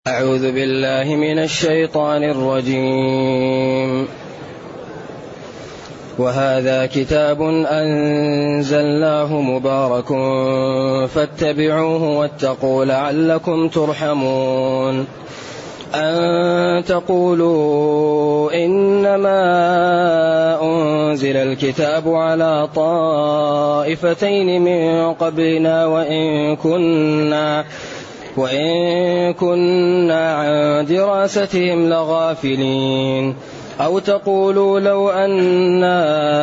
أعوذ بالله من الشيطان الرجيم. وهذا كتاب أنزلناه مبارك فاتبعوه واتقوا لعلكم ترحمون. أن تقولوا إنما أنزل الكتاب على طائفتين من قبلنا وإن كنا عن دراستهم لغافلين. أو تقولوا لو أنا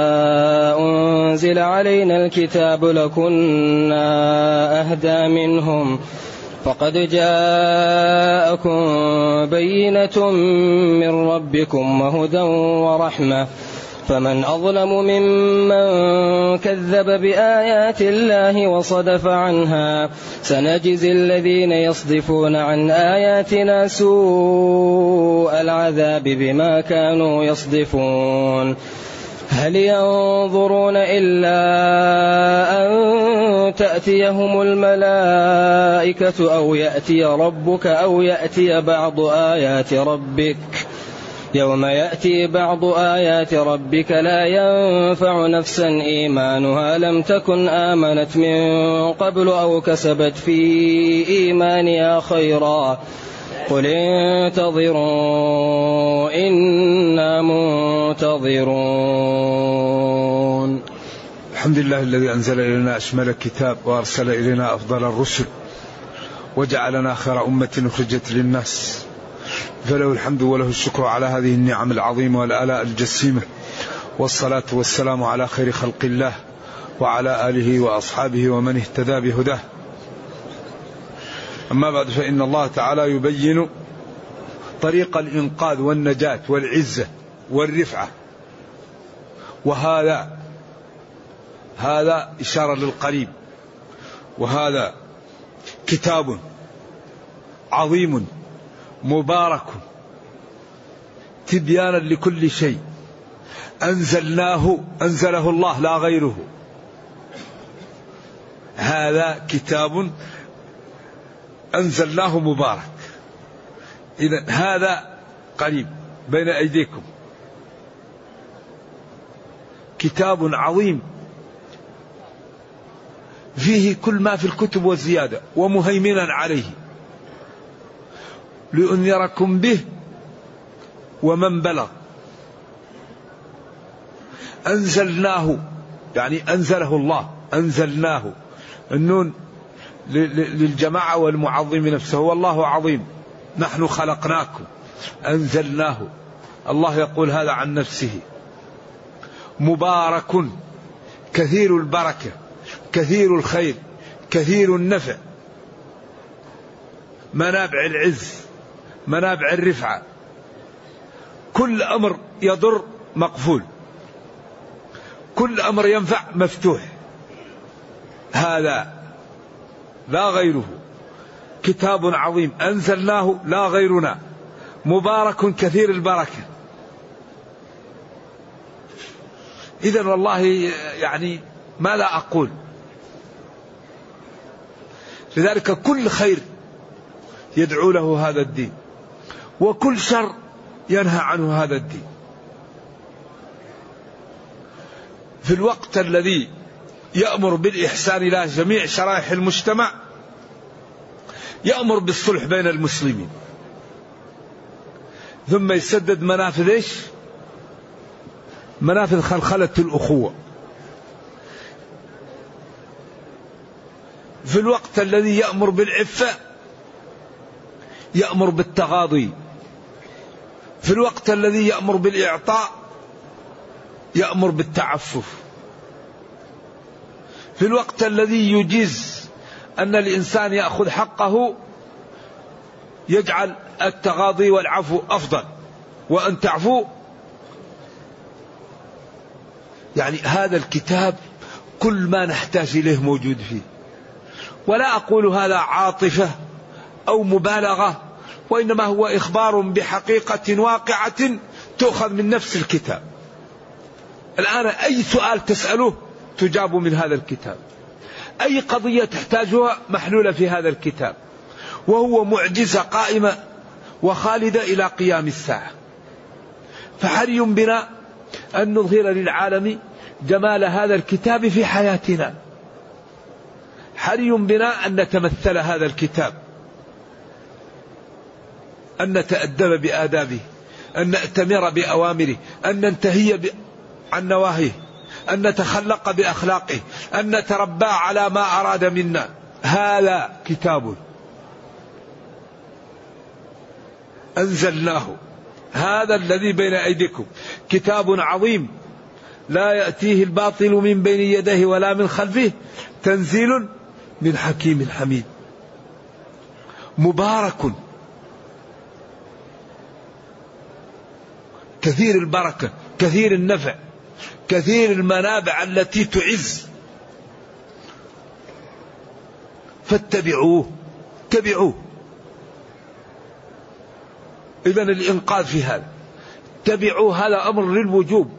أنزل علينا الكتاب لكنا أهدى منهم. فقد جاءكم بينة من ربكم وهدى ورحمة، فمن أظلم ممن كذب بآيات الله وصدف عنها. سنجزي الذين يصدفون عن آياتنا سوء العذاب بما كانوا يصدفون. هل ينظرون إلا أن تأتيهم الملائكة أو يأتي ربك أو يأتي بعض آيات ربك؟ يوم يأتي بعض آيات ربك لا ينفع نفسا إيمانها لم تكن آمنت من قبل أو كسبت في إيمانها خيرا. قل انتظروا إنا منتظرون. الحمد لله الذي أنزل إلينا أشمل الكتاب وأرسل إلينا أفضل الرسل وجعلنا خير أمة أخرجت للناس، فله الحمد وله الشكر على هذه النعم العظيمة والآلاء الجسيمة، والصلاة والسلام على خير خلق الله وعلى آله وأصحابه ومن اهتدى بهداه. أما بعد، فإن الله تعالى يبين طريق الإنقاذ والنجاة والعزة والرفعة، وهذا إشارة للقريب. وهذا كتاب عظيم مبارك تبيانا لكل شيء أنزله الله لا غيره. هذا كتاب أنزلناه مبارك، إذن هذا قريب بين أيديكم، كتاب عظيم فيه كل ما في الكتب والزيادة ومهيمنا عليه لأنذركم به ومن بلغ. أنزلناه يعني أنزله الله، أنزلناه النون للجماعة والمعظم نفسه، والله عظيم. نحن خلقناكم أنزلناه، الله يقول هذا عن نفسه. مبارك كثير البركة كثير الخير كثير النفع، منابع العز منابع الرفعة، كل أمر يضر مقفول، كل أمر ينفع مفتوح. هذا لا غيره، كتاب عظيم أنزلناه لا غيرنا، مبارك كثير البركة. إذن والله يعني ما لا أقول، لذلك كل خير يدعو له هذا الدين، وكل شر ينهى عنه هذا الدين. في الوقت الذي يأمر بالإحسان إلى جميع شرائح المجتمع، يأمر بالصلح بين المسلمين، ثم يسدد منافذ إيش؟ منافذ خلخلة الأخوة. في الوقت الذي يأمر بالعفة يأمر بالتغاضي. في الوقت الذي يأمر بالإعطاء يأمر بالتعفف. في الوقت الذي يجيز أن الإنسان يأخذ حقه يجعل التغاضي والعفو أفضل، وأن تعفو. يعني هذا الكتاب كل ما نحتاج إليه موجود فيه، ولا أقول هذا عاطفة أو مبالغة، وإنما هو إخبار بحقيقة واقعة تؤخذ من نفس الكتاب. الآن أي سؤال تسأله تجاب من هذا الكتاب، أي قضية تحتاجها محلولة في هذا الكتاب، وهو معجزة قائمة وخالدة إلى قيام الساعة. فحري بنا أن نظهر للعالم جمال هذا الكتاب في حياتنا، حري بنا أن نتمثل هذا الكتاب، أن نتأدب بآدابه، أن نأتمر بأوامره، أن ننتهي عن نواهيه، أن نتخلق بأخلاقه، أن نتربى على ما أراد منا. هذا كتاب أنزلناه، هذا الذي بين أيديكم كتاب عظيم لا يأتيه الباطل من بين يديه ولا من خلفه، تنزيل من حكيم حميد، مبارك كثير البركة، كثير النفع، كثير المنابع التي تعز. فاتبعوه، اتبعوه. إذن الإنقاذ في هذا، اتبعوه، هذا أمر للوجوب.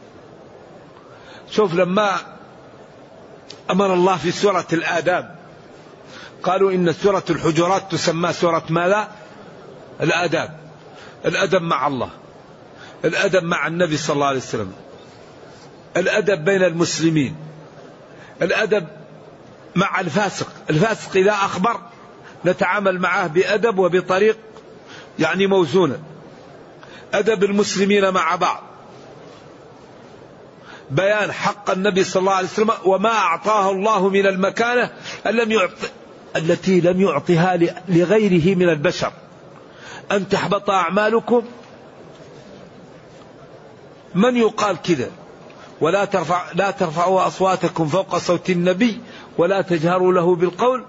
شوف لما أمر الله في سورة الآداب، قالوا إن سورة الحجرات تسمى سورة ماذا؟ الآداب. الأدب مع الله، الأدب مع النبي صلى الله عليه وسلم، الأدب بين المسلمين، الأدب مع الفاسق. الفاسق إذا أخبر نتعامل معه بأدب وبطريق يعني موزونة. أدب المسلمين مع بعض، بيان حق النبي صلى الله عليه وسلم وما أعطاه الله من المكانة التي لم يعطها لغيره من البشر. أن تحبط أعمالكم، من يقال كذا؟ لا ترفعوا أصواتكم فوق صوت النبي ولا تجهروا له بالقول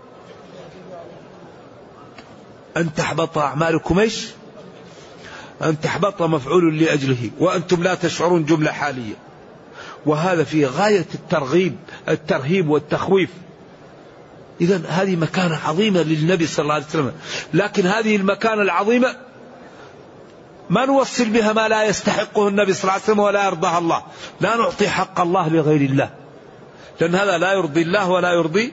أن تحبط أعمالكم. إيش؟ أن تحبط مفعول لأجله وأنتم لا تشعرون، جملة حالية. وهذا في غاية الترهيب والتخويف. إذن هذه مكانة عظيمة للنبي صلى الله عليه وسلم، لكن هذه المكانة العظيمة ما نوصل بها ما لا يستحقه النبي صلى الله عليه وسلم ولا يرضاها الله. لا نعطي حق الله لغير الله، لأن هذا لا يرضي الله ولا يرضي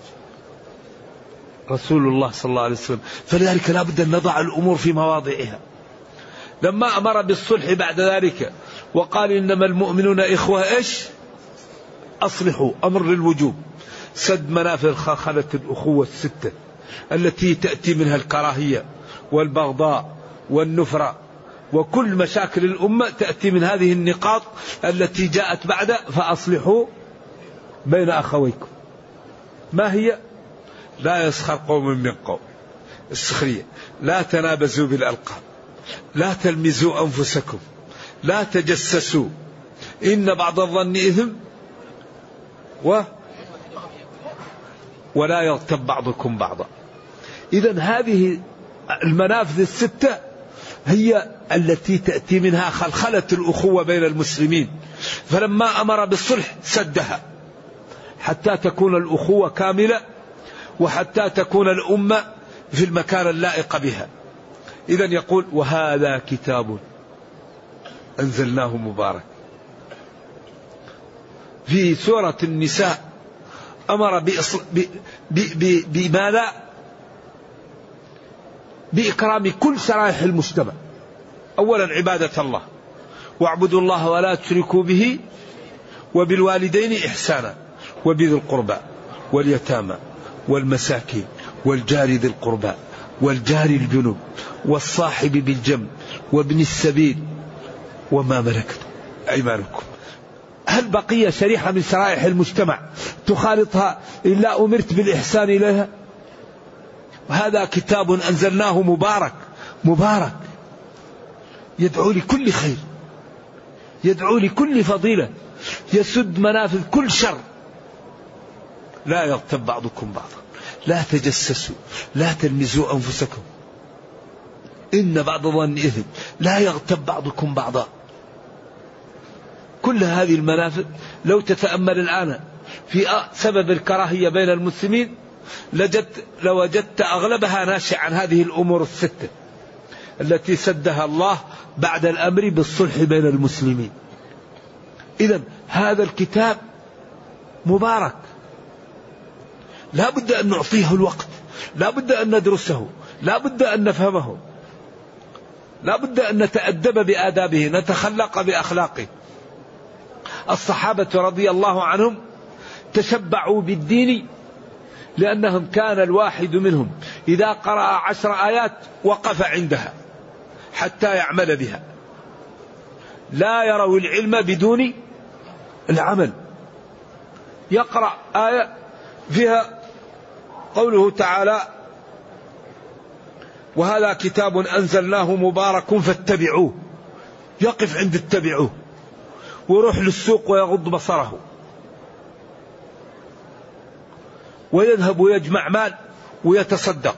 رسول الله صلى الله عليه وسلم. فلذلك لا بد أن نضع الأمور في مواضعها. لما أمر بالصلح بعد ذلك وقال إنما المؤمنون إخوة، إيش؟ أصلحوا، أمر للوجوب. سد منافذ خلخلة الأخوة الستة التي تأتي منها الكراهية والبغضاء والنفرة، وكل مشاكل الأمة تأتي من هذه النقاط التي جاءت بعد فأصلحوا بين أخويكم. ما هي؟ لا يسخر قوم من قوم، السخرية. لا تنابزوا بالألقاب، لا تلمزوا أنفسكم، لا تجسسوا، إن بعض الظن إثم، ولا يغتب بعضكم بعضا. إذن هذه المنافذ الستة هي التي تأتي منها خلخلة الأخوة بين المسلمين. فلما أمر بالصلح سدها حتى تكون الأخوة كاملة وحتى تكون الأمة في المكان اللائق بها. إذن يقول وهذا كتاب أنزلناه مبارك. في سورة النساء أمر بما لا بإكرام كل شرائح المجتمع. أولا عبادة الله، واعبدوا الله ولا تشركوا به، وبالوالدين إحسانا، وبذي القربى واليتامى والمساكين والجار ذي القربى والجار الجنوب والصاحب بالجنب وابن السبيل وما ملكت أيمانكم. هل بقي شريحة من شرائح المجتمع تخالطها إلا أمرت بالإحسان إليها؟ وهذا كتاب أنزلناه مبارك، مبارك يدعو لكل خير، يدعو لكل فضيلة، يسد منافذ كل شر. لا يغتب بعضكم بعضا، لا تجسسوا، لا تلمزوا أنفسكم، إن بعض الظن إثم، لا يغتب بعضكم بعضا. كل هذه المنافذ لو الآن في سبب الكراهية بين المسلمين لوجدت أغلبها ناشئ عن هذه الأمور الستة التي سدها الله بعد الأمر بالصلح بين المسلمين. إذن هذا الكتاب مبارك، لا بد أن نعطيه الوقت، لا بد أن ندرسه، لا بد أن نفهمه. لا بد أن نتأدب بآدابه، نتخلق بأخلاقه. الصحابة رضي الله عنهم تشبعوا بالدين لأنهم كان الواحد منهم إذا قرأ 10 آيات وقف عندها حتى يعمل بها، لا يروا العلم بدون العمل. يقرأ آية فيها قوله تعالى وهذا كتاب أنزلناه مبارك فاتبعوه، يقف عند اتبعوه، ويروح للسوق ويغض بصره، ويذهب ويجمع مال ويتصدق،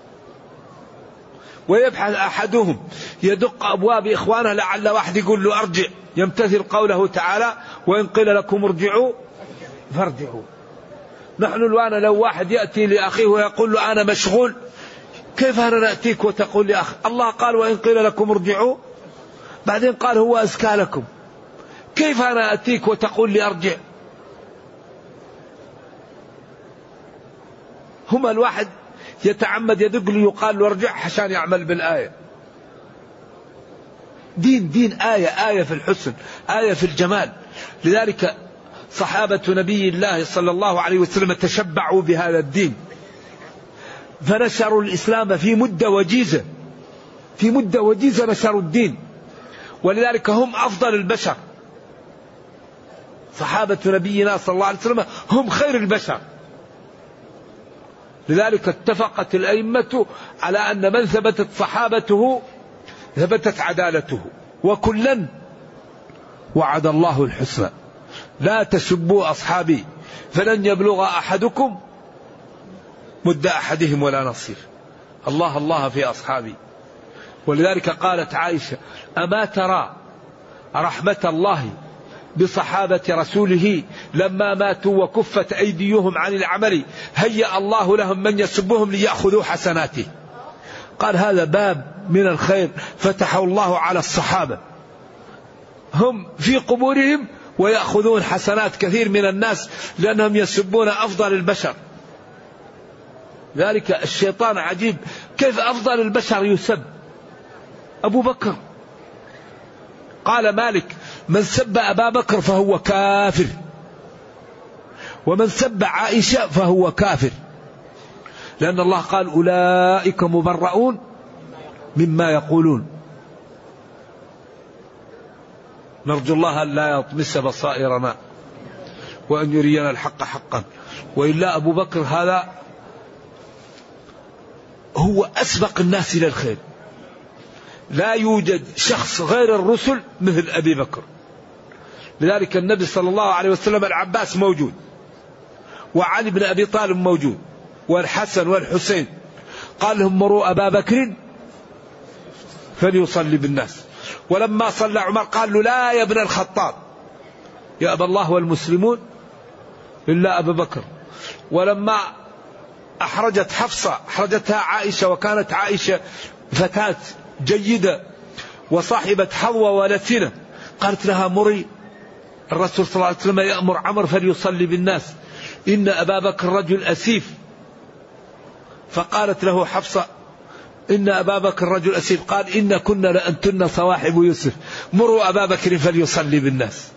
ويبحث أحدهم يدق أبواب إخوانه لعل واحد يقول له أرجع، يمتثل قوله تعالى وإن قيل لكم ارجعوا فارجعوا. نحن الآن لو واحد يأتي لأخيه ويقول له أنا مشغول، كيف أنا نأتيك وتقول لي أخ؟ الله قال وإن قيل لكم ارجعوا، بعدين قال هو أزكى لكم، كيف أنا أتيك وتقول لي أرجع؟ هما الواحد يتعمد يدق لي يقال له ارجع عشان يعمل بالآية. دين آية في الحسن، آية في الجمال. لذلك صحابة نبي الله صلى الله عليه وسلم تشبعوا بهذا الدين، فنشروا الإسلام في مدة وجيزة نشروا الدين، ولذلك هم أفضل البشر. صحابة نبينا صلى الله عليه وسلم هم خير البشر. لذلك اتفقت الأئمة على أن من ثبتت صحابته ثبتت عدالته، وكلا وعد الله الحسنى. لا تسبوا أصحابي فلن يبلغ أحدكم مد أحدهم ولا نصير. الله الله في أصحابي. ولذلك قالت عائشة أما ترى رحمة الله بصحابة رسوله لما ماتوا وكفت أيديهم عن العمل هيأ الله لهم من يسبهم ليأخذوا حسناته. قال هذا باب من الخير فتحه الله على الصحابة، هم في قبورهم ويأخذون حسنات كثير من الناس لأنهم يسبون أفضل البشر. ذلك الشيطان عجيب، كيف أفضل البشر يسب؟ أبو بكر، قال مالك من سب أبا بكر فهو كافر، ومن سب عائشة فهو كافر، لأن الله قال أولئك مبرؤون مما يقولون. نرجو الله أن لا يطمس بصائرنا وأن يرينا الحق حقا. وإلا أبو بكر هذا هو أسبق الناس إلى الخير، لا يوجد شخص غير الرسل مثل أبي بكر. لذلك النبي صلى الله عليه وسلم العباس موجود، وعلي بن أبي طالب موجود، والحسن والحسين، قال لهم مروا أبا بكر فليصلي بالناس. ولما صلى عمر قال له لا يا ابن الخطاب، يأبى الله والمسلمون إلا أبا بكر. ولما أحرجت حفصة أحرجتها عائشة، وكانت عائشة فتاة جيدة وصاحبة حظوة ولسنة، قالت لها مري الرسول صلى الله عليه وسلم يأمر عمر فليصلي بالناس، إن أبا بكر رجل أسيف. فقالت له حفصة إن أبا بكر رجل أسيف، قال إن كنا لأنتن صواحب يوسف، مروا أبا بكر فليصلي بالناس.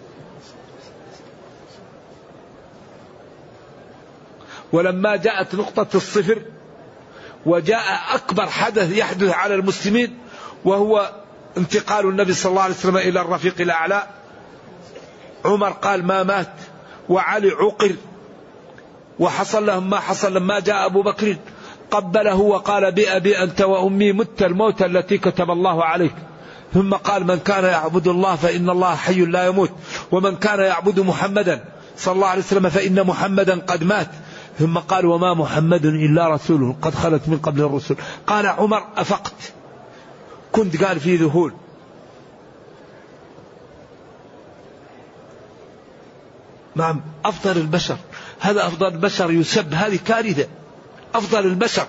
ولما جاءت نقطة الصفر وجاء أكبر حدث يحدث على المسلمين وهو انتقال النبي صلى الله عليه وسلم إلى الرفيق الأعلى، عمر قال ما مات، وعلي عقر، وحصل لهم ما حصل. لما جاء أبو بكر قبله وقال بأبي أنت وأمي مت الموت التي كتب الله عليك. ثم قال من كان يعبد الله فإن الله حي لا يموت، ومن كان يعبد محمدا صلى الله عليه وسلم فإن محمدا قد مات. ثم قال وما محمد إلا رسول قد خلت من قبل الرسل. قال عمر أفقت، كنت قال في ذهول. نعم أفضل البشر، هذا أفضل البشر يسب، هذه كارثة. أفضل البشر.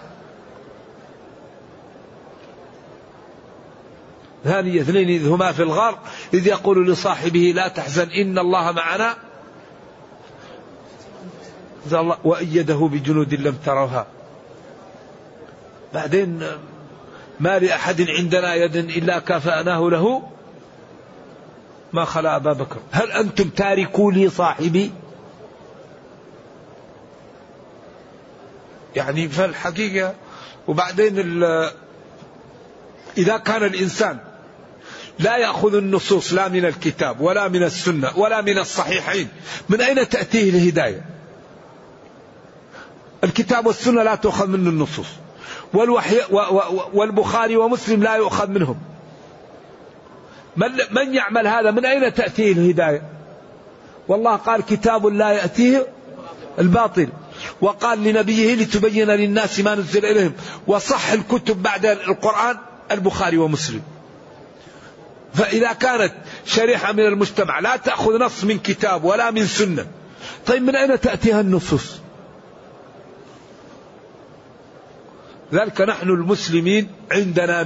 ثاني اثنين إذ هما في الغار إذ يقول لصاحبه لا تحزن إن الله معنا وأيده بجنود لم تروها. بعدين ما لأحد عندنا يد إلا كافأناه له ما خلا أبا بكر. هل أنتم تاركوا لي صاحبي؟ يعني فالحقيقة. وبعدين إذا كان الإنسان لا يأخذ النصوص لا من الكتاب ولا من السنة ولا من الصحيحين، من أين تأتيه الهداية؟ الكتاب والسنة لا تؤخذ منه النصوص، والبخاري ومسلم لا يؤخذ منهم. من يعمل هذا من أين تأتيه الهداية؟ والله قال كتاب لا يأتيه الباطل، وقال لنبيه لتبين للناس ما نزل إليهم. وصح الكتب بعد القرآن البخاري ومسلم. فإذا كانت شريحة من المجتمع لا تأخذ نص من كتاب ولا من سنة، طيب من أين تأتيها النصوص؟ ذلك نحن المسلمين عندنا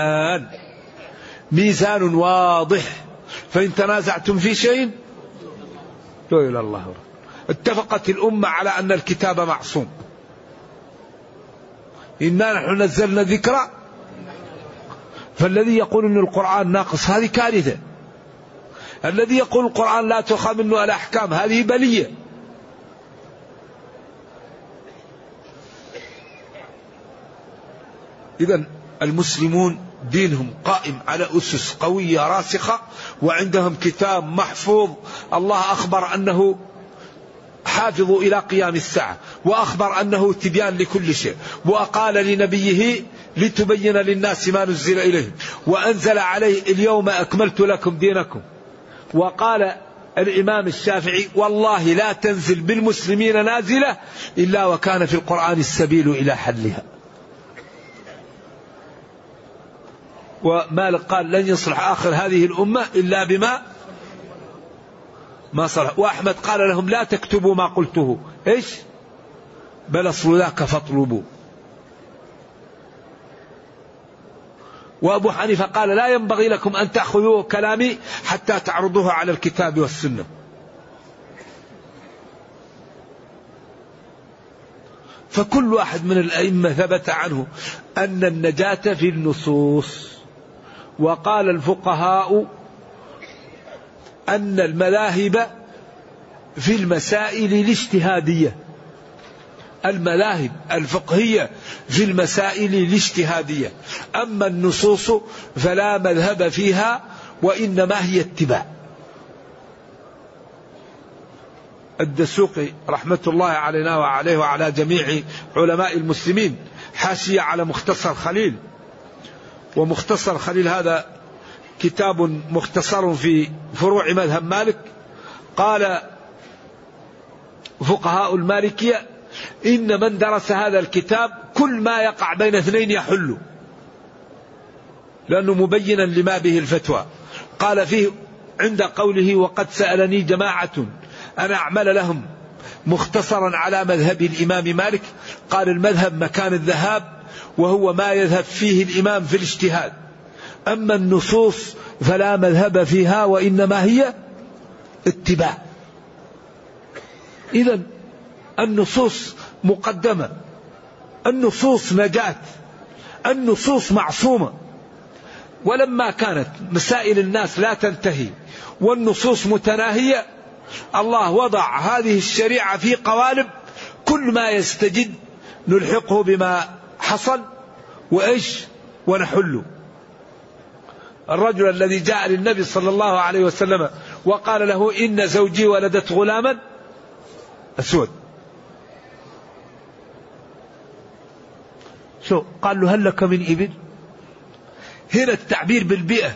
ميزان واضح، فإن تنازعتم في شيء فإلى الله ورسوله. اتفقت الأمة على أن الكتاب معصوم. إنا نحن نزلنا ذكرى، فالذي يقول أن القرآن ناقص هذه كارثة. الذي يقول القرآن لا تؤخذ منه الأحكام هذه بلية. إذن المسلمون دينهم قائم على أسس قوية راسخة، وعندهم كتاب محفوظ الله أخبر أنه حافظ إلى قيام الساعة، وأخبر أنه تبيان لكل شيء، وقال لنبيه لتبين للناس ما نزل إليهم، وأنزل عليه اليوم أكملت لكم دينكم. وقال الإمام الشافعي والله لا تنزل بالمسلمين نازلة إلا وكان في القرآن السبيل إلى حلها. ومالك قال لن يصلح آخر هذه الأمة إلا بما ما صلح. وأحمد قال لهم لا تكتبوا ما قلته إيش بل أصل ذاك فاطلبوا. وأبو حنيفة قال لا ينبغي لكم أن تأخذوا كلامي حتى تعرضوه على الكتاب والسنة. فكل واحد من الأئمة ثبت عنه أن النجاة في النصوص. وقال الفقهاء أن المذاهب في المسائل الاجتهادية، المذاهب الفقهية في المسائل الاجتهادية، أما النصوص فلا مذهب فيها وإنما هي اتباع. الدسوقي رحمة الله علينا وعليه وعلى جميع علماء المسلمين حاشية على مختصر خليل، ومختصر خليل هذا كتاب مختصر في فروع مذهب مالك. قال فقهاء المالكية إن من درس هذا الكتاب كل ما يقع بين اثنين يحل، لأنه مبينا لما به الفتوى. قال فيه عند قوله وقد سألني جماعة أنا أعمل لهم مختصرا على مذهب الإمام مالك، قال المذهب مكان الذهاب وهو ما يذهب فيه الإمام في الاجتهاد، أما النصوص فلا مذهب فيها وإنما هي اتباع. إذن النصوص مقدمة، النصوص نجاة، النصوص معصومة. ولما كانت مسائل الناس لا تنتهي والنصوص متناهية، الله وضع هذه الشريعة في قوالب، كل ما يستجد نلحقه بما حصل وإيش ونحله. الرجل الذي جاء للنبي صلى الله عليه وسلم وقال له إن زوجي ولدت غلاما أسود، شو قال له هل لك من إبل؟ هنا التعبير بالبيئة،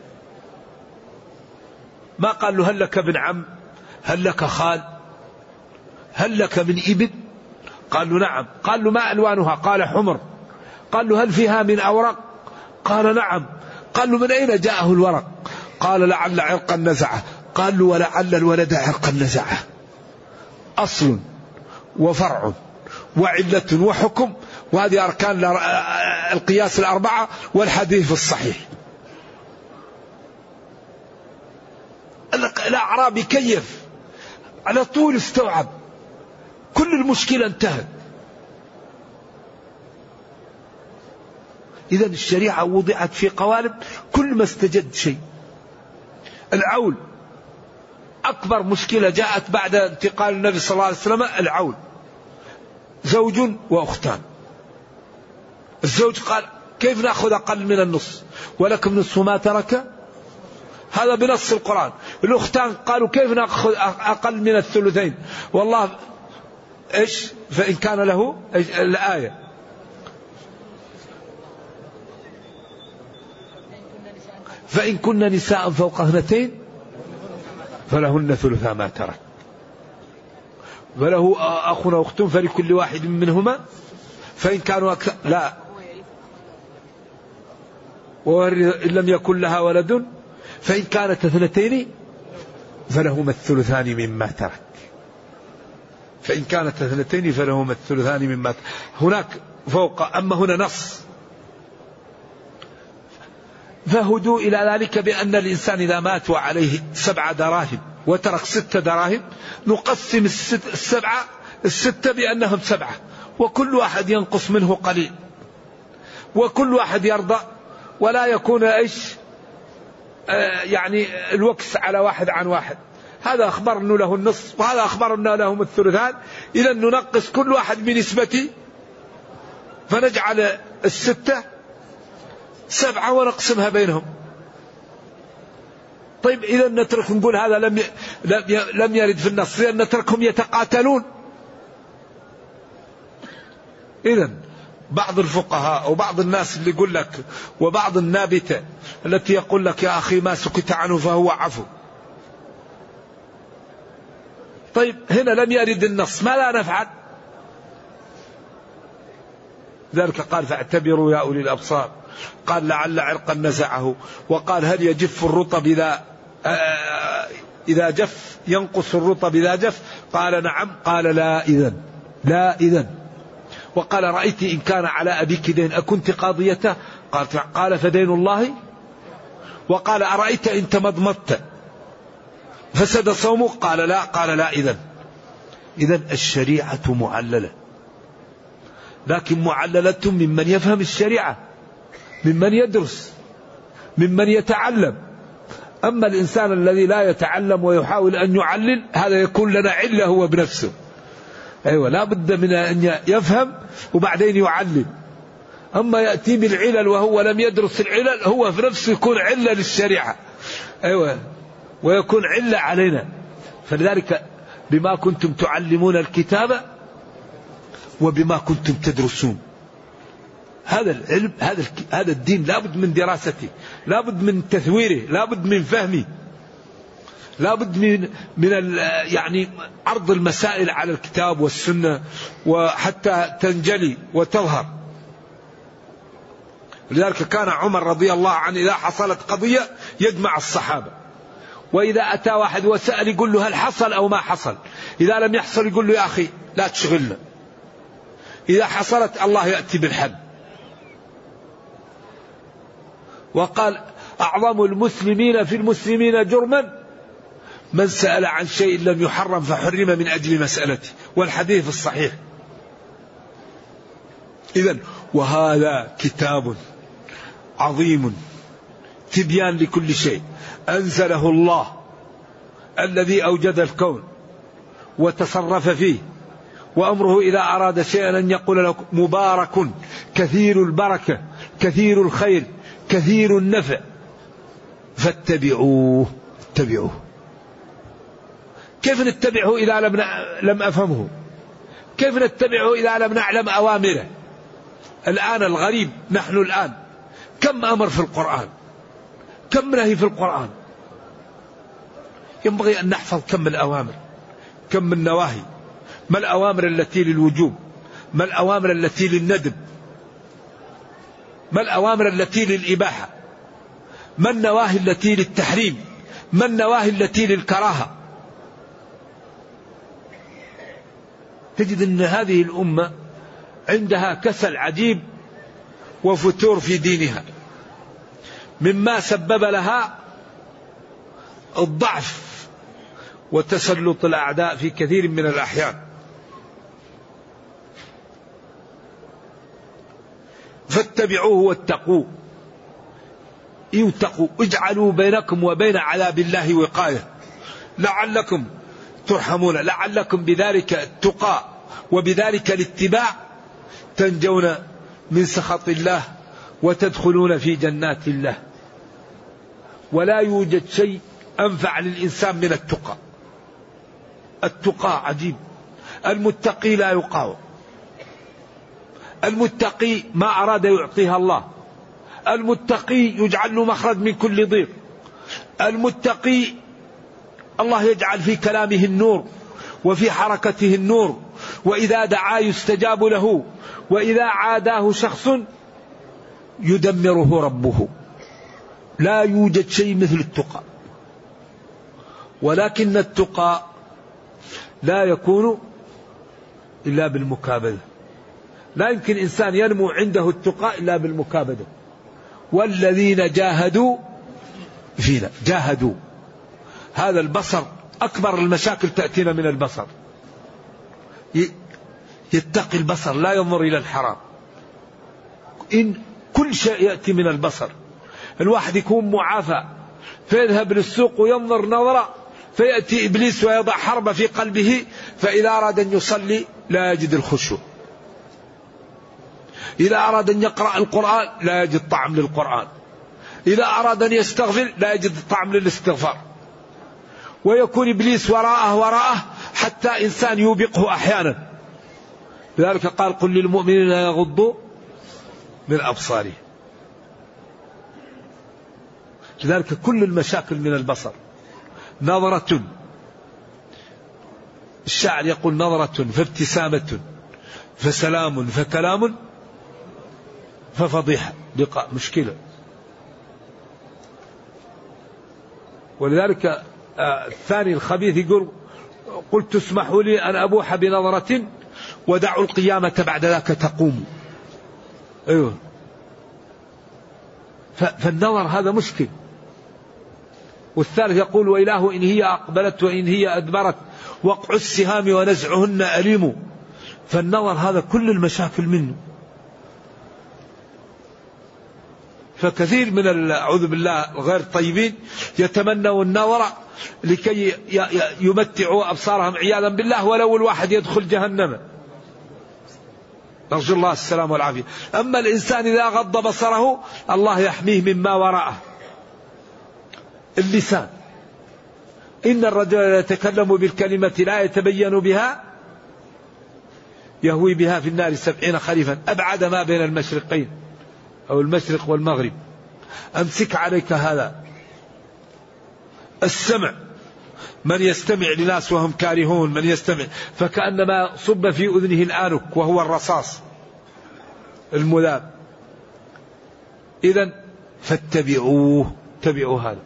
ما قال له هل لك ابن عم، هل لك خال، هل لك من إبل؟ قال له نعم. قال له ما ألوانها؟ قال حمر. قال له هل فيها من أورق؟ قال نعم. قال له من أين جاءه الورق؟ قال لعل عرقا نزعه. قال له ولعل الولد عرقا نزعه. أصل وفرع وعلة وحكم، وهذه أركان القياس الأربعة والحديث الصحيح. الأعرابي كيف على طول استوعب، كل المشكلة انتهت. إذن الشريعة وضعت في قوالب كل ما استجد شيء. العول أكبر مشكلة جاءت بعد انتقال النبي صلى الله عليه وسلم، العول زوج وأختان. الزوج قال كيف نأخذ أقل من النص ولكم نصف ما ترك، هذا بنص القرآن. الأختان قالوا كيف نأخذ أقل من الثلثين، والله إيش فإن كان له الآية فإن كن نساء فوق 2 فلهن ثلثا ما ترك، وله أخ وأخت فلكل واحد منهما، فإن كانوا أكثر لا، وإن لم يكن لها ولد فإن كانت 2 فلهما الثلثان مما ترك، فإن كانت 2 فلهما الثلثان مما ترك. هناك فوق، أما هنا نص. فهدوا إلى ذلك بأن الإنسان إذا مات وعليه 7 دراهم وترك 6 دراهم نقسم 6 بأنهم 7، وكل واحد ينقص منه قليل، وكل واحد يرضى، ولا يكون يعني الوكس على واحد عن واحد. هذا أخبر أنه له النصف وهذا أخبر أنه لهم الثلثان، إذا ننقص كل واحد بنسبته، فنجعل 6 7 ونقسمها بينهم. طيب إذا نترك نقول هذا لم يرد في النص، لأن نتركهم يتقاتلون. إذا بعض الفقهاء وبعض الناس اللي يقول لك، وبعض النابتة التي يقول لك يا أخي ما سكت عنه فهو عفو. طيب هنا لم يرد النص، ماذا نفعل؟ ذلك قال فاعتبروا يا أولي الأبصار، قال لعل عرقا نزعه، وقال هل يجف الرطب إذا جف ينقص الرطب إذا جف، قال نعم، قال لا إذن. وقال رأيت إن كان على أبيك دين أكنت قاضيته، قال فدين الله. وقال أرأيت إن تمضمضت فسد صومه، قال لا إذن. إذن الشريعة معللة، لكن معللة ممن يفهم الشريعة، ممن يدرس، ممن يتعلم. أما الإنسان الذي لا يتعلم ويحاول أن يعلل، هذا يكون لنا علة هو بنفسه. أيوة، لا بد من أن يفهم وبعدين يعلل. أما يأتي بالعلل وهو لم يدرس العلل، هو في نفسه يكون علة للشريعة. أيوة، ويكون علة علينا. فلذلك بما كنتم تعلمون الكتاب وبما كنتم تدرسون. هذا العلم، هذا الدين لابد من دراسته، لابد من تثويره، لابد من فهمه، لابد من يعني عرض المسائل على الكتاب والسنة وحتى تنجلي وتظهر. لذلك كان عمر رضي الله عنه إذا حصلت قضية يجمع الصحابة، وإذا أتى واحد وسأل يقول له هل حصل أو ما حصل، إذا لم يحصل يقول له يا أخي لا تشغلنا، إذا حصلت الله يأتي بالحل. وقال أعظم المسلمين في المسلمين جرما من سأل عن شيء لم يحرم فحرم من أجل مسألته، والحديث الصحيح. إذن وهذا كتاب عظيم تبيان لكل شيء أنزله الله الذي أوجد الكون وتصرف فيه، وأمره إذا أراد شيئا أن يقول له مبارك كثير البركة كثير الخير كثير النفع فاتبعوه. اتبعوه. كيف نتبعه إذا لم أفهمه؟ كيف نتبعه إذا لم نعلم أوامره؟ الآن الغريب، نحن الآن كم أمر في القرآن، كم نهي في القرآن. ينبغي أن نحفظ كم الأوامر، كم النواهي. ما الأوامر التي للوجوب، ما الأوامر التي للندب، ما الأوامر التي للإباحة، ما النواهي التي للتحريم، ما النواهي التي للكراهة. تجد أن هذه الأمة عندها كسل عجيب وفتور في دينها، مما سبب لها الضعف وتسلط الأعداء في كثير من الأحيان. فاتبعوه واتقوه. يتقوا اجعلوا بينكم وبين عذاب الله وقاية لعلكم ترحمون، لعلكم بذلك التقى وبذلك الاتباع تنجون من سخط الله وتدخلون في جنات الله. ولا يوجد شيء أنفع للإنسان من التقى. التقى عجيب. المتقي لا يقاوم، المتقي ما أراد يعطيها الله، المتقي يجعل له مخرج من كل ضيق، المتقي الله يجعل في كلامه النور وفي حركته النور، وإذا دعا يستجاب له، وإذا عاداه شخص يدمره ربه. لا يوجد شيء مثل التقى. ولكن التقى لا يكون إلا بالمكابدة. لا يمكن إنسان ينمو عنده التقى إلا بالمكابدة. والذين جاهدوا فينا، جاهدوا. هذا البصر أكبر المشاكل تأتينا من البصر. يتقي البصر، لا ينظر إلى الحرام. إن كل شيء يأتي من البصر. الواحد يكون معافى فيذهب للسوق وينظر نظرة، فيأتي إبليس ويضع حرب في قلبه، فإذا أراد أن يصلي لا يجد الخشوع، إذا أراد أن يقرأ القرآن لا يجد طعم للقرآن، إذا أراد أن يستغفر لا يجد طعم للاستغفار. ويكون إبليس وراءه حتى إنسان يوبقه أحيانا. لذلك قال قل للمؤمنين يغضوا من أبصارهم. لذلك كل المشاكل من البصر. نظرة، الشاعر يقول نظرة فابتسامة فسلام فكلام ففضيحة، لقاء مشكلة. ولذلك الثاني الخبيث يقول قلت اسمحوا لي أن أبوح بنظرة ودعوا القيامة بعد ذاك تقوم. أيوه. فالنظر هذا مشكل. والثالث يقول وإله إن هي أقبلت وإن هي أدبرت وقع السهام ونزعهن أليم. فالنظر هذا كل المشاكل منه. فكثير من أعوذ بالله غير طيبين يتمنوا النظر لكي يمتعوا أبصارهم عياذا بالله، ولو الواحد يدخل جهنم، نرجو الله السلام والعافية. أما الإنسان إذا غض بصره الله يحميه مما وراءه. اللسان، إن الرجل يتكلم بالكلمة لا يتبين بها يهوي بها في النار 70 خريفا أبعد ما بين المشرقين أو المشرق والمغرب. أمسك عليك هذا. السمع، من يستمع لناس وهم كارهون، من يستمع فكأنما صب في أذنه الآنك وهو الرصاص المذاب. إذن فاتبعوه، اتبعوا هذا.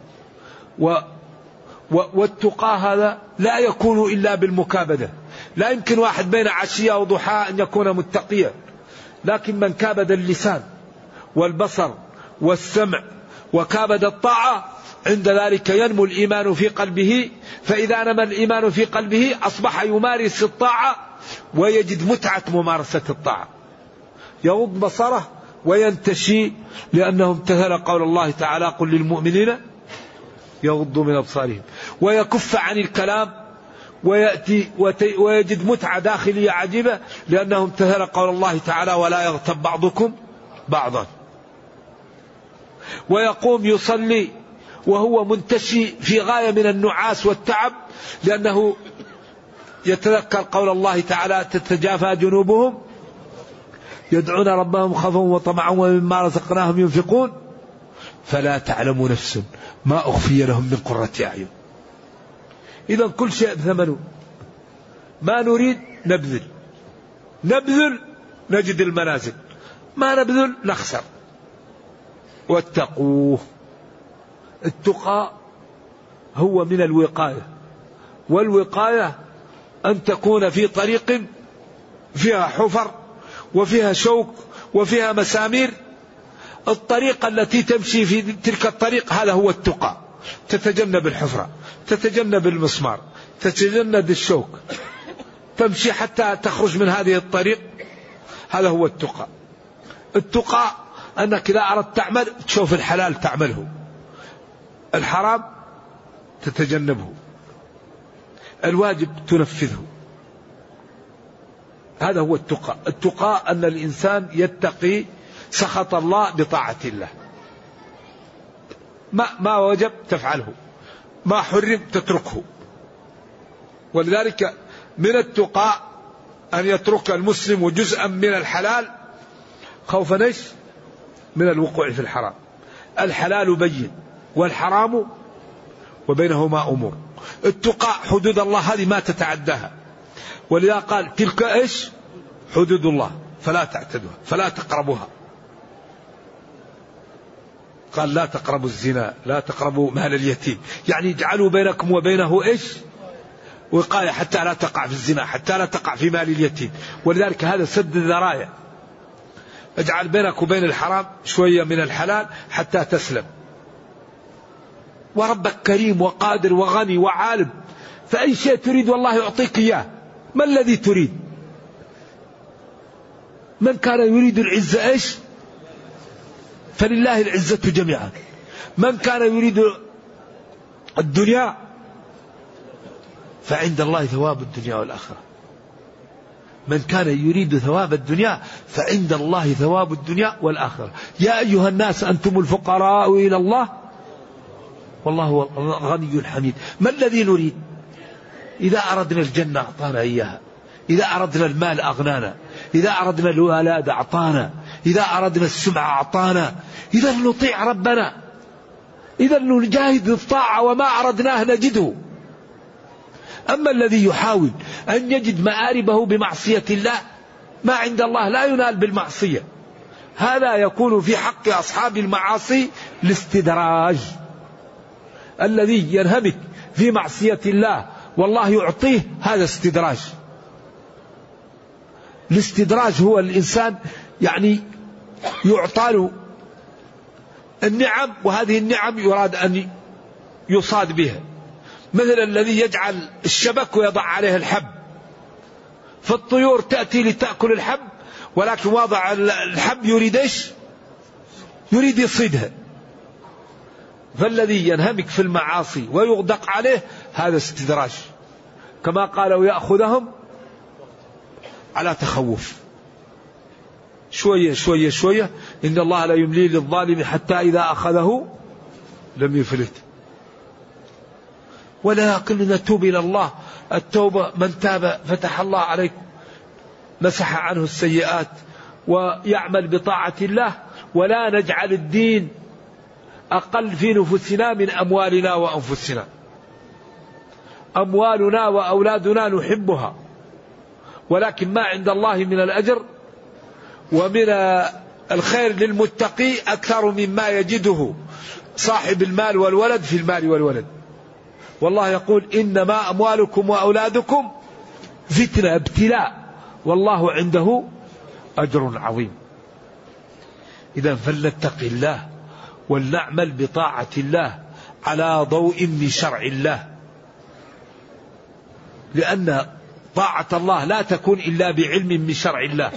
والتقى هذا لا يكون إلا بالمكابدة. لا يمكن واحد بين عشية وضحى أن يكون متقيا، لكن من كابد اللسان والبصر والسمع وكابد الطاعة عند ذلك ينمو الإيمان في قلبه. فإذا نمى الإيمان في قلبه أصبح يمارس الطاعة ويجد متعة ممارسة الطاعة، يغض بصره وينتشي، لأنه امتثل قول الله تعالى قل للمؤمنين يغضوا من أبصارهم، ويكف عن الكلام ويأتي ويجد متعة داخلية عجيبة، لأنه امتثل قول الله تعالى ولا يغتب بعضكم بعضا. ويقوم يصلي وهو منتشي في غاية من النعاس والتعب، لأنه يتذكر قول الله تعالى تتجافى جنوبهم يدعون ربهم خوفا وطمعا ومما رزقناهم ينفقون فلا تعلم نفس ما أخفي لهم من قرة أعين. إذا كل شيء بثمنه. ما نريد نبذل نجد المنازل، ما نبذل نخسر. واتقوه. التقى هو من الوقاية، والوقاية أن تكون في طريق فيها حفر وفيها شوك وفيها مسامير. الطريقة التي تمشي في تلك الطريق هذا هو التقى. تتجنب الحفرة، تتجنب المسمار، تتجنب الشوك، تمشي حتى تخرج من هذه الطريق. هذا هو التقى. التقى أنك إذا أردت تعمل تشوف الحلال تعمله، الحرام تتجنبه، الواجب تنفذه. هذا هو التقى. التقى أن الإنسان يتقي سخط الله بطاعة الله، ما وجب تفعله، ما حرم تتركه. ولذلك من التقى أن يترك المسلم جزءا من الحلال خوفا ايش؟ من الوقوع في الحرام. الحلال بين والحرام وبينهما أمور. التقى حدود الله هذه ما تتعداها، ولذا قال تلك ايش؟ حدود الله فلا تعتدوها فلا تقربوها. قال لا تقربوا الزنا، لا تقربوا مال اليتيم، يعني اجعلوا بينكم وبينه ايش؟ وقاية حتى لا تقع في الزنا، حتى لا تقع في مال اليتيم. ولذلك هذا سد الذرائع. اجعل بينك وبين الحرام شوية من الحلال حتى تسلم. وربك كريم وقادر وغني وعالم، فأي شيء تريد والله يعطيك إياه. ما الذي تريد؟ من كان يريد العزة ايش؟ فلله العزة جميعا. من كان يريد الدنيا فعند الله ثواب الدنيا والآخرة. من كان يريد ثواب الدنيا فعند الله ثواب الدنيا والآخرة. يا أيها الناس أنتم الفقراء إلى الله والله هو الغني الحميد. ما الذي نريد؟ إذا أردنا الجنة أعطانا إياها، إذا أردنا المال أغنانا، إذا أردنا الولاد أعطانا، إذا أردنا السمعة أعطانا. إذا نطيع ربنا، إذا نجاهد الطاعة وما أردناه نجده. أما الذي يحاول أن يجد مآربه بمعصية الله، ما عند الله لا ينال بالمعصية. هذا يكون في حق أصحاب المعاصي الاستدراج. الذي ينهمك في معصية الله والله يعطيه هذا استدراج. الاستدراج هو الإنسان يعني يعطى له النعم، وهذه النعم يراد أن يصاد بها. مثل الذي يجعل الشبك ويضع عليه الحب، فالطيور تأتي لتأكل الحب ولكن وضع الحب يريد ايش؟ يريد يصيدها. فالذي ينهمك في المعاصي ويغدق عليه هذا استدراج. كما قالوا يأخذهم على تخوف، شوية شوية شوية. إن الله لا يملي للظالم حتى إذا أخذه لم يفلت. ولكن نتوب إلى الله. التوبة من تاب فتح الله عليه، مسح عنه السيئات ويعمل بطاعة الله. ولا نجعل الدين أقل في نفوسنا من أموالنا وأنفسنا. أموالنا وأولادنا نحبها، ولكن ما عند الله من الأجر ومن الخير للمتقي أكثر مما يجده صاحب المال والولد في المال والولد. والله يقول إنما أموالكم وأولادكم فتنة، ابتلاء، والله عنده أجر عظيم. إذا فلنتقي الله ولنعمل بطاعة الله على ضوء من شرع الله، لأن طاعة الله لا تكون إلا بعلم من شرع الله.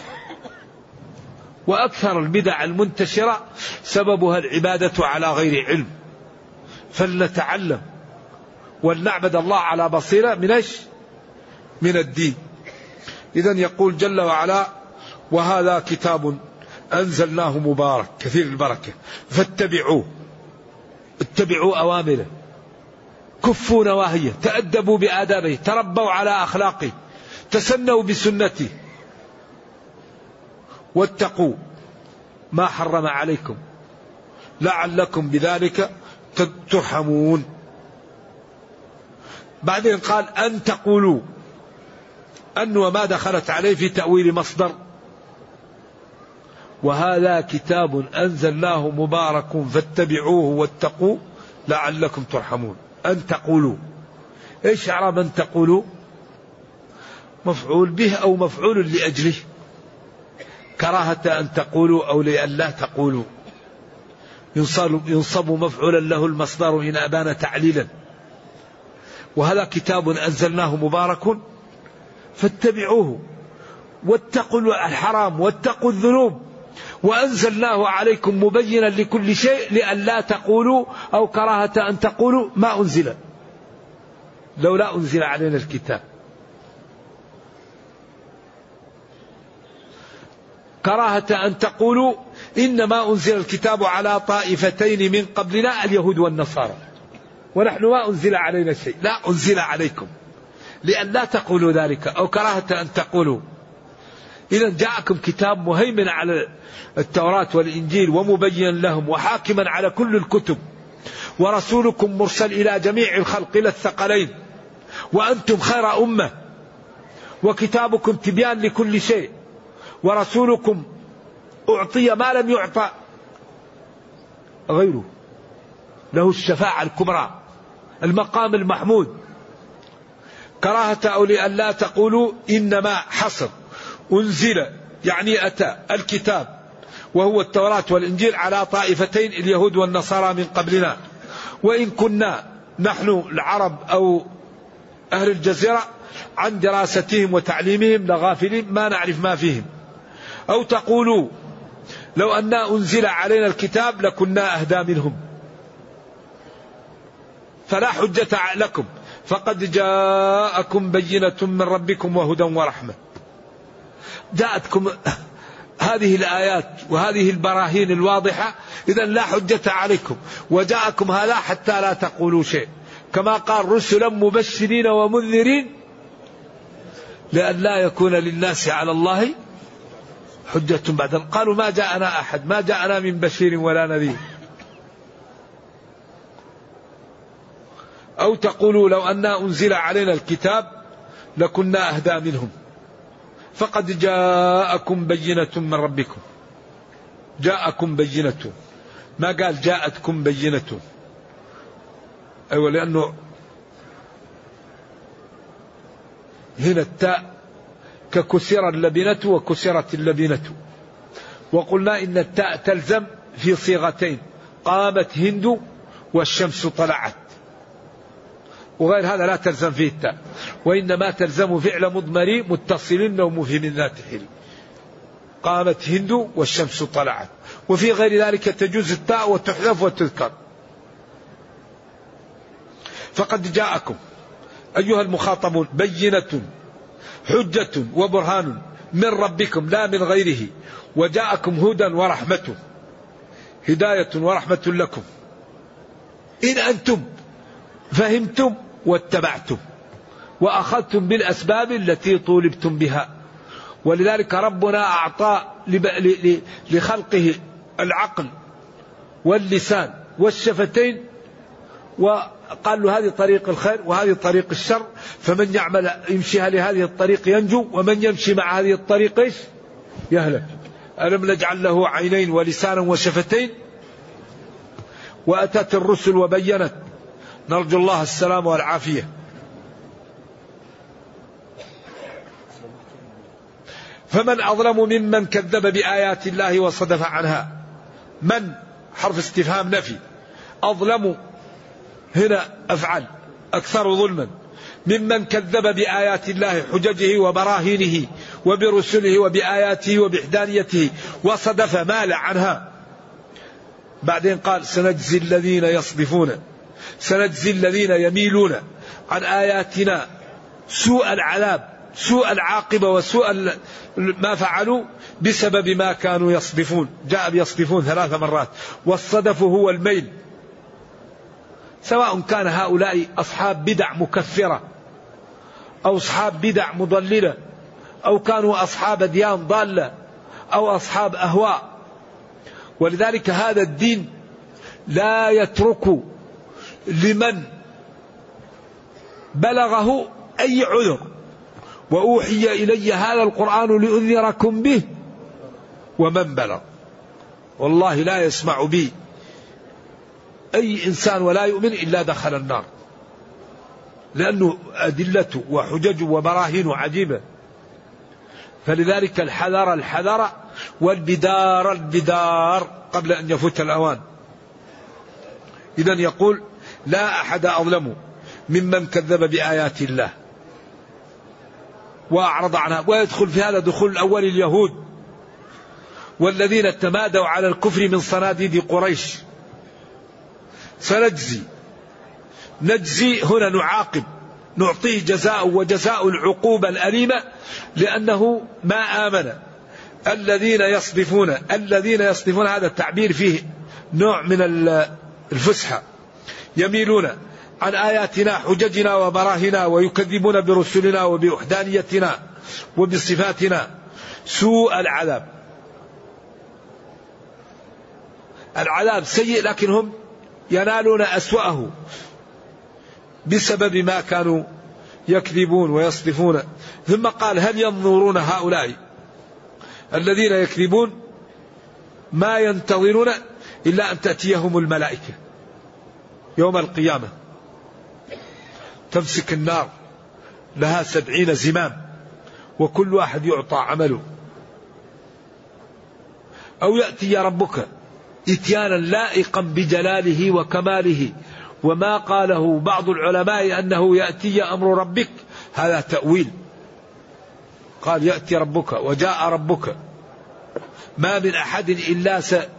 وأكثر البدع المنتشرة سببها العبادة على غير علم. فلنتعلم ولنعبد الله على بصيرة من ايش؟ من الدين. إذا يقول جل وعلا وهذا كتاب أنزلناه مبارك كثير البركة فاتبعوه. اتبعوا أوامره، كفوا نواهيه، تأدبوا بآدابه، تربوا على أخلاقه، تسنوا بسنته، واتقوا ما حرم عليكم لعلكم بذلك ترحمون. بعدين قال أن تقولوا، أن وما دخلت عليه في تأويل مصدر. وهذا كتاب أنزلناه مبارك فاتبعوه واتقوا لعلكم ترحمون. أن تقولوا، إيش إعراب أن تقولوا؟ مفعول به أو مفعول لأجله، كراهة أن تقولوا أو لألا تقولوا. ينصب مفعولا له المصدر إن أبان تعليلا. وهذا كتاب أنزلناه مبارك فاتبعوه واتقوا الحرام واتقوا الذنوب وأنزلناه عليكم مبينا لكل شيء لئلا تقولوا أو كراهة أن تقولوا ما أنزل، لولا أنزل علينا الكتاب. كراهة أن تقولوا إنما أنزل الكتاب على طائفتين من قبلنا اليهود والنصارى ونحن ما أنزل علينا شيء، لا أنزل عليكم لئلا تقولوا ذلك أو كراهة أن تقولوا. إذا جاءكم كتاب مهيمن على التوراة والإنجيل ومبين لهم وحاكما على كل الكتب، ورسولكم مرسل إلى جميع الخلق إلى الثقلين، وأنتم خير أمة، وكتابكم تبيان لكل شيء، ورسولكم أعطي ما لم يعطى غيره، له الشفاعة الكبرى، المقام المحمود. كراهة أو لئلا تقولوا إنما حصر أنزل يعني أتى الكتاب وهو التوراة والإنجيل على طائفتين اليهود والنصارى من قبلنا، وإن كنا نحن العرب أو أهل الجزيرة عن دراستهم وتعليمهم لغافلين ما نعرف ما فيهم. أو تقولوا لو أن أنزل علينا الكتاب لكنا أهدى منهم، فلا حجة لكم فقد جاءكم بينة من ربكم وهدى ورحمة. جاءتكم هذه الآيات وهذه البراهين الواضحة، إذن لا حجة عليكم، وجاءكم هذا حتى لا تقولوا شيء، كما قال رسلا مبشرين ومنذرين لئلا يكون للناس على الله حجة بعد. قالوا ما جاءنا أحد، ما جاءنا من بشير ولا نذير. أو تقولوا لو أن أنزل علينا الكتاب لكنا أهدى منهم فقد جاءكم بينة من ربكم. جاءكم بينة، ما قال جاءتكم بينة. أيوة، لأنه هنا التاء ككسر اللبنة وكسرت اللبنة، وقلنا إن التاء تلزم في صيغتين، قامت هند والشمس طلعت، وغير هذا لا تلزم فيه التاء، وإنما تلزم فعل مضمري متصل أو مفهم ذات حل، قامت هند والشمس طلعت. وفي غير ذلك تجوز التاء وتحذف وتذكر. فقد جاءكم أيها المخاطبون بينة، حجة وبرهان من ربكم لا من غيره، وجاءكم هدى ورحمة، هداية ورحمة لكم إن أنتم فهمتم واتبعتم وأخذتم بالأسباب التي طولبتم بها. ولذلك ربنا أعطى لخلقه العقل واللسان والشفتين، وقال له هذه طريق الخير وهذه طريق الشر، فمن يعمل يمشي لهذه الطريق ينجو، ومن يمشي مع هذه الطريق إيش؟ يهلك. ألم نجعل له عينين ولسانا وشفتين. وأتت الرسل وبينت، نرجو الله السلام والعافية. فمن أظلم ممن كذب بآيات الله وصدف عنها. من حرف استفهام نفي، أظلم هنا أفعل أكثر ظلما، ممن كذب بآيات الله حججه وبراهينه وبرسله وبآياته وبإحدانيته وصدف مال عنها. بعدين قال سنجزي الذين يصدفون، سنجزي الذين يميلون عن آياتنا سوء العذاب، سوء العاقبة وسوء ما فعلوا بسبب ما كانوا يصدفون. جاء بيصدفون 3 مرات. والصدف هو الميل، سواء كان هؤلاء أصحاب بدع مكفرة أو أصحاب بدع مضللة أو كانوا أصحاب ديان ضالة أو أصحاب أهواء. ولذلك هذا الدين لا يترك لمن بلغه أي عذر. وأوحي إلي هذا القرآن لأنذركم به ومن بلغ. والله لا يسمع بي أي إنسان ولا يؤمن إلا دخل النار، لأنه أدلته وحججه وبراهينه عجيبة. فلذلك الحذر والبدار قبل أن يفوت الأوان. إذن يقول لا أحد أظلم ممن كذب بآيات الله وأعرض عنها. ويدخل في هذا دخول الأول اليهود والذين تمادوا على الكفر من صناديد قريش سنجزي. نجزي هنا نعاقب، نعطيه جزاء، وجزاء العقوبة الأليمة لأنه ما آمن. الذين يصدفون هذا التعبير فيه نوع من الفسحة، يميلون عن آياتنا حججنا وبراهنا ويكذبون برسلنا وبوحدانيتنا وبصفاتنا سوء العذاب. العذاب سيء لكن هم ينالون أسوأه بسبب ما كانوا يكذبون ويصدفون. ثم قال هل ينظرون هؤلاء الذين يكذبون ما ينتظرون إلا أن تأتيهم الملائكة يوم القيامة تمسك النار لها 70 زمام وكل واحد يعطى عمله، أو يأتي ربك إتيانا لائقا بجلاله وكماله. وما قاله بعض العلماء أنه يأتي أمر ربك هذا تأويل، قال يأتي ربك وجاء ربك، ما من أحد إلا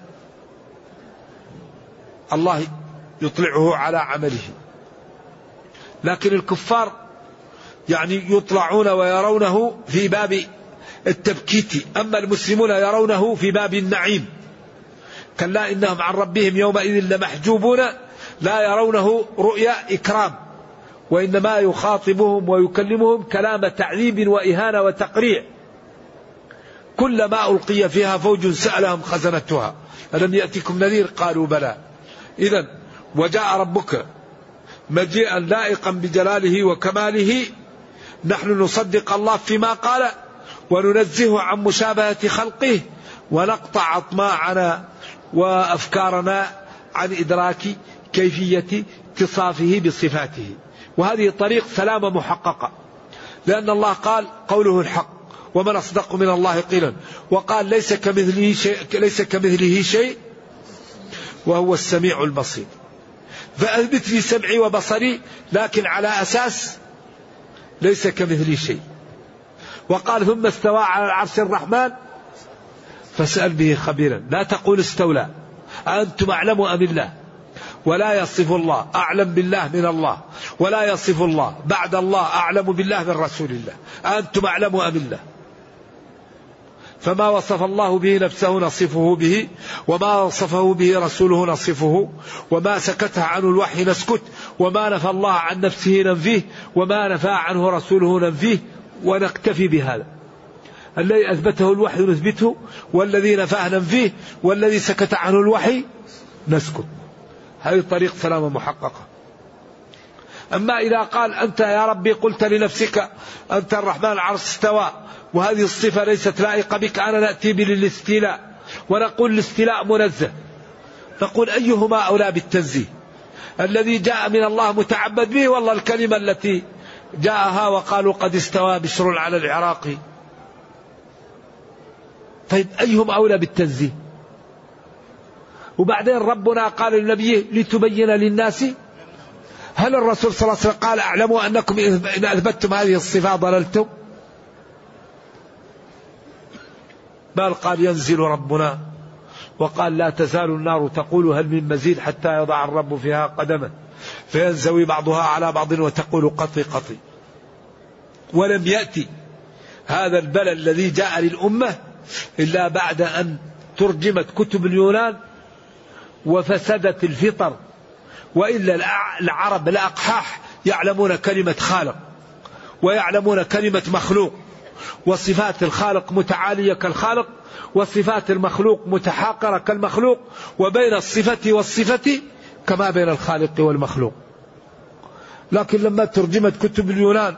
الله يطلعه على عمله. لكن الكفار يعني يطلعون ويرونه في باب التبكيت، أما المسلمون يرونه في باب النعيم. كلا إنهم عن ربهم يومئذ لمحجوبون لا يرونه رؤيا إكرام، وإنما يخاطبهم ويكلمهم كلام تعذيب وإهانة وتقريع. كلما ألقي فيها فوج سألهم خزنتها ألم يأتكم نذير قالوا بلى. إذن وجاء ربك مجيئا لائقا بجلاله وكماله. نحن نصدق الله فيما قال وننزه عن مشابهة خلقه، ونقطع أطماعنا وأفكارنا عن إدراك كيفية اتصافه بصفاته. وهذه طريق سلامة محققة، لأن الله قال قوله الحق ومن أصدق من الله قيلا، وقال ليس كمثله شيء وهو السميع البصير. فأثبت لي سمعي وبصري لكن على أساس ليس كمثله شيء. وقال ثم استوى على العرش الرحمن فاسأل به خبيرا. لا تقول استولى، أنتم أعلم أم الله؟ ولا يصف الله أعلم بالله من الله، ولا يصف الله بعد الله أعلم بالله من رسول الله. أنتم أعلم أم الله؟ فما وصف الله به نفسه نصفه به، وما وصفه به رسوله نصفه، وما سكت عنه الوحي نسكت، وما نفى الله عن نفسه ننفيه، وما نفى عنه رسوله ننفيه، ونكتفي بهذا. الذي أثبته الوحي نثبته، والذي نفاه ننفيه، والذي سكت عنه الوحي نسكت. هذه طريق سلامة محققة. أما إذا قال أنت يا ربي قلت لنفسك أنت الرحمن العرش استوى، وهذه الصفة ليست لائقة بك، أنا نأتي بالاستيلاء ونقول الاستيلاء منزه، نقول أيهما أولى بالتنزيه؟ الذي جاء من الله متعبد به، والله الكلمة التي جاءها وقالوا قد استوى بشر على العراق. طيب أيهم أولى بالتنزيه؟ وبعدين ربنا قال للنبي لتبين للناس. هل الرسول صلى الله عليه وسلم قال اعلموا أنكم إن أثبتتم هذه الصفة ضللتم؟ بل قال ينزل ربنا، وقال لا تزال النار تقول هل من مزيد حتى يضع الرب فيها قدمه فينزوي بعضها على بعض وتقول قطي قطي. ولم يأتي هذا البلاء الذي جاء للأمة إلا بعد أن ترجمت كتب اليونان وفسدت الفطر. وإلا العرب الأقحاح يعلمون كلمة خالق ويعلمون كلمة مخلوق، وصفات الخالق متعالية كالخالق، وصفات المخلوق متحاقرة كالمخلوق، وبين الصفة والصفة كما بين الخالق والمخلوق. لكن لما ترجمت كتب اليونان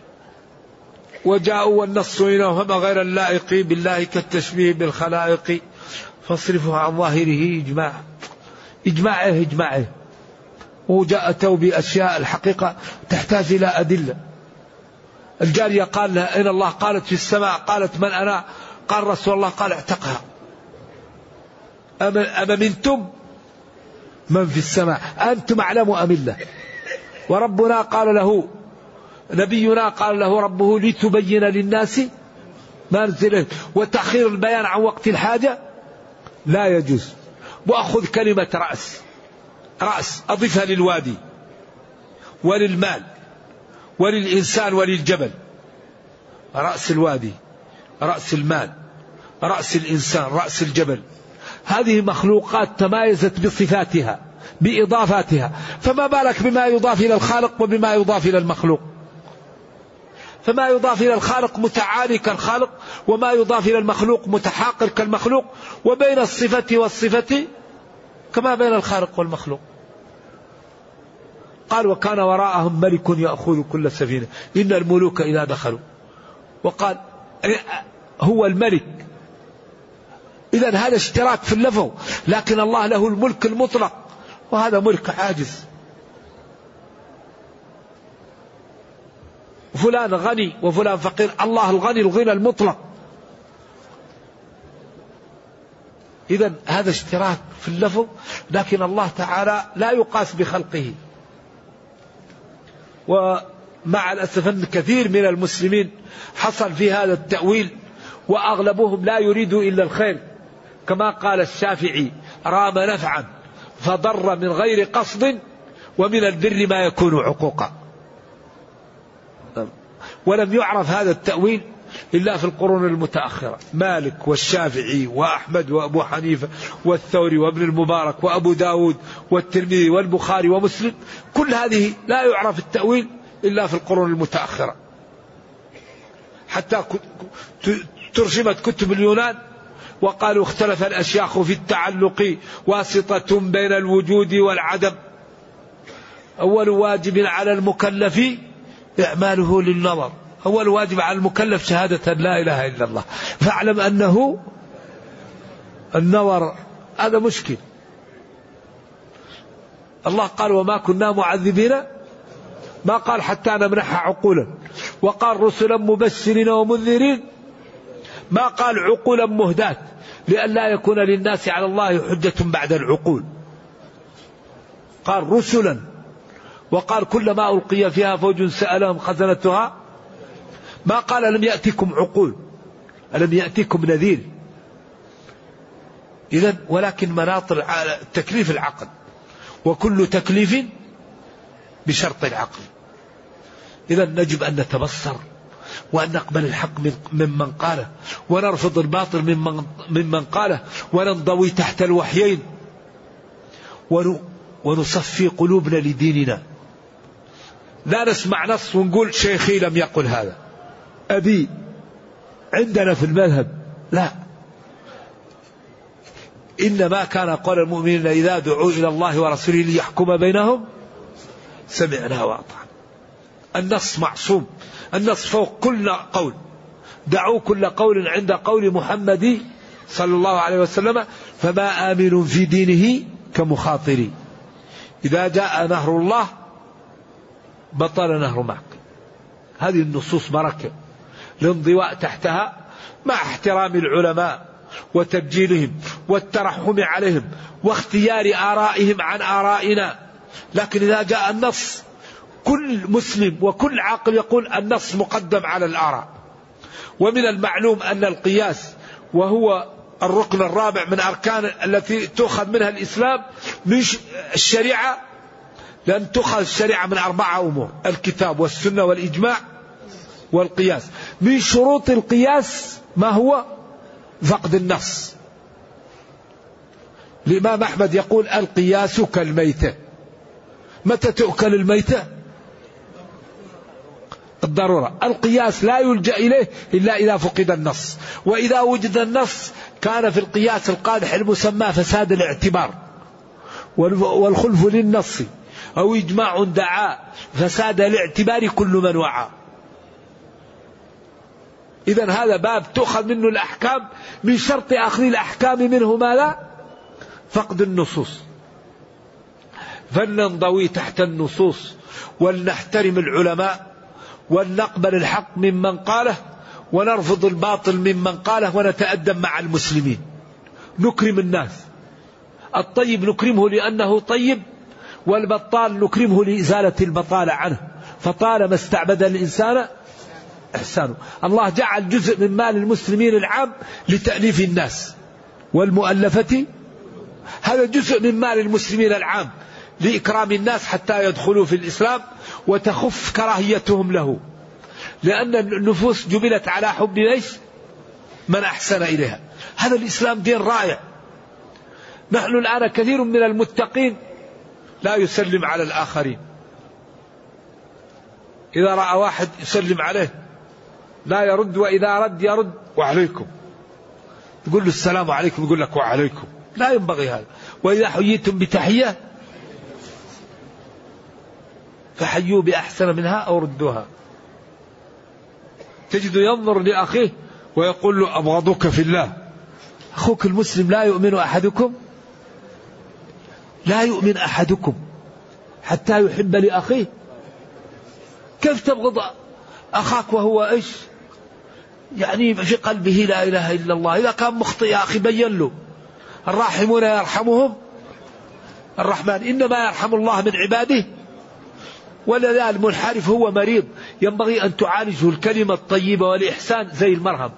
وجاءوا والنص إنهم غير اللائق بالله كالتشبيه بالخلائق فاصرفها عن ظاهره إجماعه وجاءتوا بأشياء الحقيقة تحتاج إلى أدلة. الجارية قال لها إن الله، قالت في السماء، قالت من أنا؟ قال رسول الله، قال اعتقها. أما منتم من في السماء أنتم أعلم أم الله؟ وربنا قال له، نبينا قال له ربه لتبين للناس ما نزل. وتأخير البيان عن وقت الحاجة لا يجوز. وأخذ كلمة رأس أضفها للوادي وللمال وللإنسان وللجبل. رأس الوادي، رأس المال، رأس الإنسان، رأس الجبل، هذه مخلوقات تمايزت بصفاتها بإضافاتها، فما بالك بما يضاف إلى الخالق وبما يضاف إلى المخلوق. فما يضاف إلى الخالق متعالي كالخالق، وما يضاف إلى المخلوق متحاقر كالمخلوق، وبين الصفة والصفة كما بين الخالق والمخلوق. قال وكان وراءهم ملك يأخذ كل سفينة، إن الملوك إذا دخلوا، وقال هو الملك. إذن هذا اشتراك في اللفظ، لكن الله له الملك المطلق، وهذا ملك عاجز. فلان غني وفلان فقير، الله الغني الغنى المطلق. إذن هذا اشتراك في اللفظ، لكن الله تعالى لا يقاس بخلقه. ومع الأسف أن كثير من المسلمين حصل في هذا التأويل، وأغلبهم لا يريد إلا الخير، كما قال الشافعي رام نفعا فضر من غير قصد، ومن البر ما يكون عقوقا. ولم يعرف هذا التأويل إلا في القرون المتأخرة، مالك والشافعي وأحمد وأبو حنيفة والثوري وابن المبارك وأبو داود والترمذي والبخاري ومسلم، كل هذه لا يعرف التأويل إلا في القرون المتأخرة. حتى ترجمت كتب اليونان وقالوا اختلف الأشياخ في التعلق واسطة بين الوجود والعدم، أول واجب على المكلف إعماله للنظر. أول واجب على المكلف شهادة لا إله إلا الله، فاعلم أنه النظر هذا مشكل. الله قال وما كنا معذبين، ما قال حتى نمنح عقولا، وقال رسلا مبشرين ومنذرين، ما قال عقولا مهداة، لئلا يكون للناس على الله حجة بعد العقول. قال رسلا، وقال كلما ألقي فيها فوج سألهم خزنتها، ما قال ألم يأتكم عقول، ألم يأتكم نذير. إذن ولكن مناط التكليف العقل، وكل تكليف بشرط العقل. إذن نجب أن نتبصر وأن نقبل الحق ممن قاله، ونرفض الباطل ممن قاله، وننضوي تحت الوحيين، ونصفي قلوبنا لديننا. لا نسمع نص ونقول شيخي لم يقل هذا، أبي عندنا في المذهب، لا. إنما كان قول المؤمنين إذا دعوا إلى الله ورسوله ليحكم بينهم سمعنا وأطعنا. النص معصوم، النص فوق كل قول. دعوا كل قول عند قول محمد صلى الله عليه وسلم، فما آمن في دينه كمخاطري. إذا جاء نهر الله بطل نهر معك. هذه النصوص بركة الانضواء تحتها، مع احترام العلماء وتبجيلهم والترحم عليهم واختيار آرائهم عن آرائنا. لكن إذا جاء النص، كل مسلم وكل عاقل يقول النص مقدم على الآراء. ومن المعلوم أن القياس، وهو الركن الرابع من أركان التي تؤخذ منها الإسلام من الشريعة، لأن تؤخذ الشريعة من 4 أمور: الكتاب والسنة والإجماع والقياس. من شروط القياس ما هو؟ فقد النص. الإمام أحمد يقول القياس كالميتة. متى تؤكل الميتة؟ الضرورة. القياس لا يلجأ إليه إلا إذا فقد النص، وإذا وجد النص كان في القياس القادح المسمى فساد الاعتبار، والخلف للنص أو إجماع دعا فساد الاعتبار كل من وعى. إذن هذا باب تؤخذ منه الأحكام. من شرط أخذ الأحكام منه ماذا؟ فقد النصوص. فلننضوي تحت النصوص، ولنحترم العلماء، ولنقبل الحق ممن قاله، ونرفض الباطل ممن قاله، ونتأدب مع المسلمين. نكرم الناس. الطيب نكرمه لأنه طيب، والبطال نكرمه لإزالة البطالة عنه، فطالما استعبد الإنسان إحسانه. الله جعل جزء من مال المسلمين العام لتأليف الناس، والمؤلفة، هذا جزء من مال المسلمين العام لإكرام الناس حتى يدخلوا في الإسلام وتخف كراهيتهم له، لأن النفوس جبلت على حب ليس من أحسن إليها. هذا الإسلام دين رائع. نحن الآن كثير من المتقين لا يسلم على الآخرين، إذا رأى واحد يسلم عليه لا يرد، وإذا رد يرد وعليكم، يقول له السلام عليكم يقول لك وعليكم. لا ينبغي هذا. وإذا حييتم بتحية فحيوا بأحسن منها أو ردوها. تجد ينظر لأخيه ويقول له أبغضك في الله. أخوك المسلم لا يؤمن أحدكم، لا يؤمن أحدكم حتى يحب لأخيه. كيف تبغض أخاك وهو إيش يعني في قلبه لا إله إلا الله؟ إذا كان مخطئ يا أخي بين له. الراحمون يرحمهم الرحمن، إنما يرحم الله من عباده. ولذا المنحرف هو مريض، ينبغي أن تعالجه الكلمة الطيبة والإحسان زي المرهم.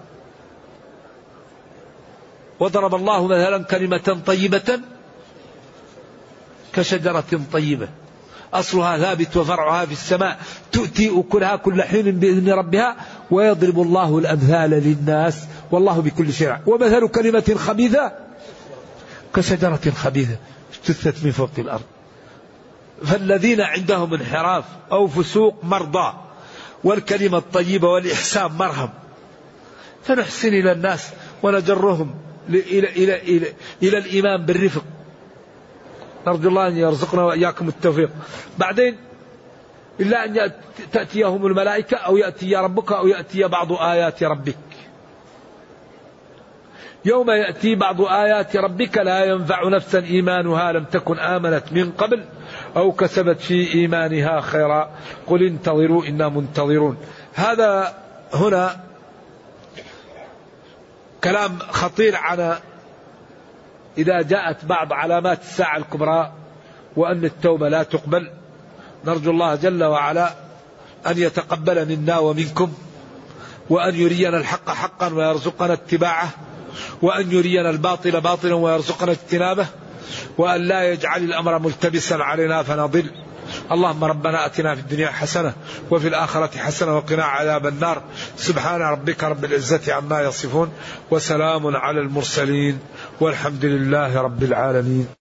وضرب الله مثلا كلمة طيبة كشجرة طيبة أصلها ثابت وفرعها في السماء تؤتي أكلها كل حين بإذن ربها ويضرب الله الأمثال للناس والله بكل شيء. ومثل كلمة خبيثة كشجرة خبيثة اجتثت من فوق الأرض. فالذين عندهم انحراف أو فسوق مرضى، والكلمة الطيبة والإحسان مرهم، فنحسن إلى الناس ونجرهم إلى الإيمان بالرفق. نرجو الله أن يرزقنا وإياكم التوفيق. بعدين إلا أن تأتيهم الملائكة أو يأتي ربك أو يأتي بعض آيات ربك. يوم يأتي بعض آيات ربك لا ينفع نفسا إيمانها لم تكن آمنت من قبل أو كسبت في إيمانها خيرا قل انتظروا إنا منتظرون. هذا هنا كلام خطير عن إذا جاءت بعض علامات الساعة الكبرى وأن التوبة لا تقبل. نرجو الله جل وعلا أن يتقبل منا ومنكم، وأن يرينا الحق حقا ويرزقنا اتباعه، وأن يرينا الباطل باطلا ويرزقنا اجتنابه، وأن لا يجعل الأمر ملتبسا علينا فنضل. اللهم ربنا أتنا في الدنيا حسنة وفي الآخرة حسنة وقنا عذاب النار. سبحان ربك رب العزة عما يصفون وسلام على المرسلين والحمد لله رب العالمين.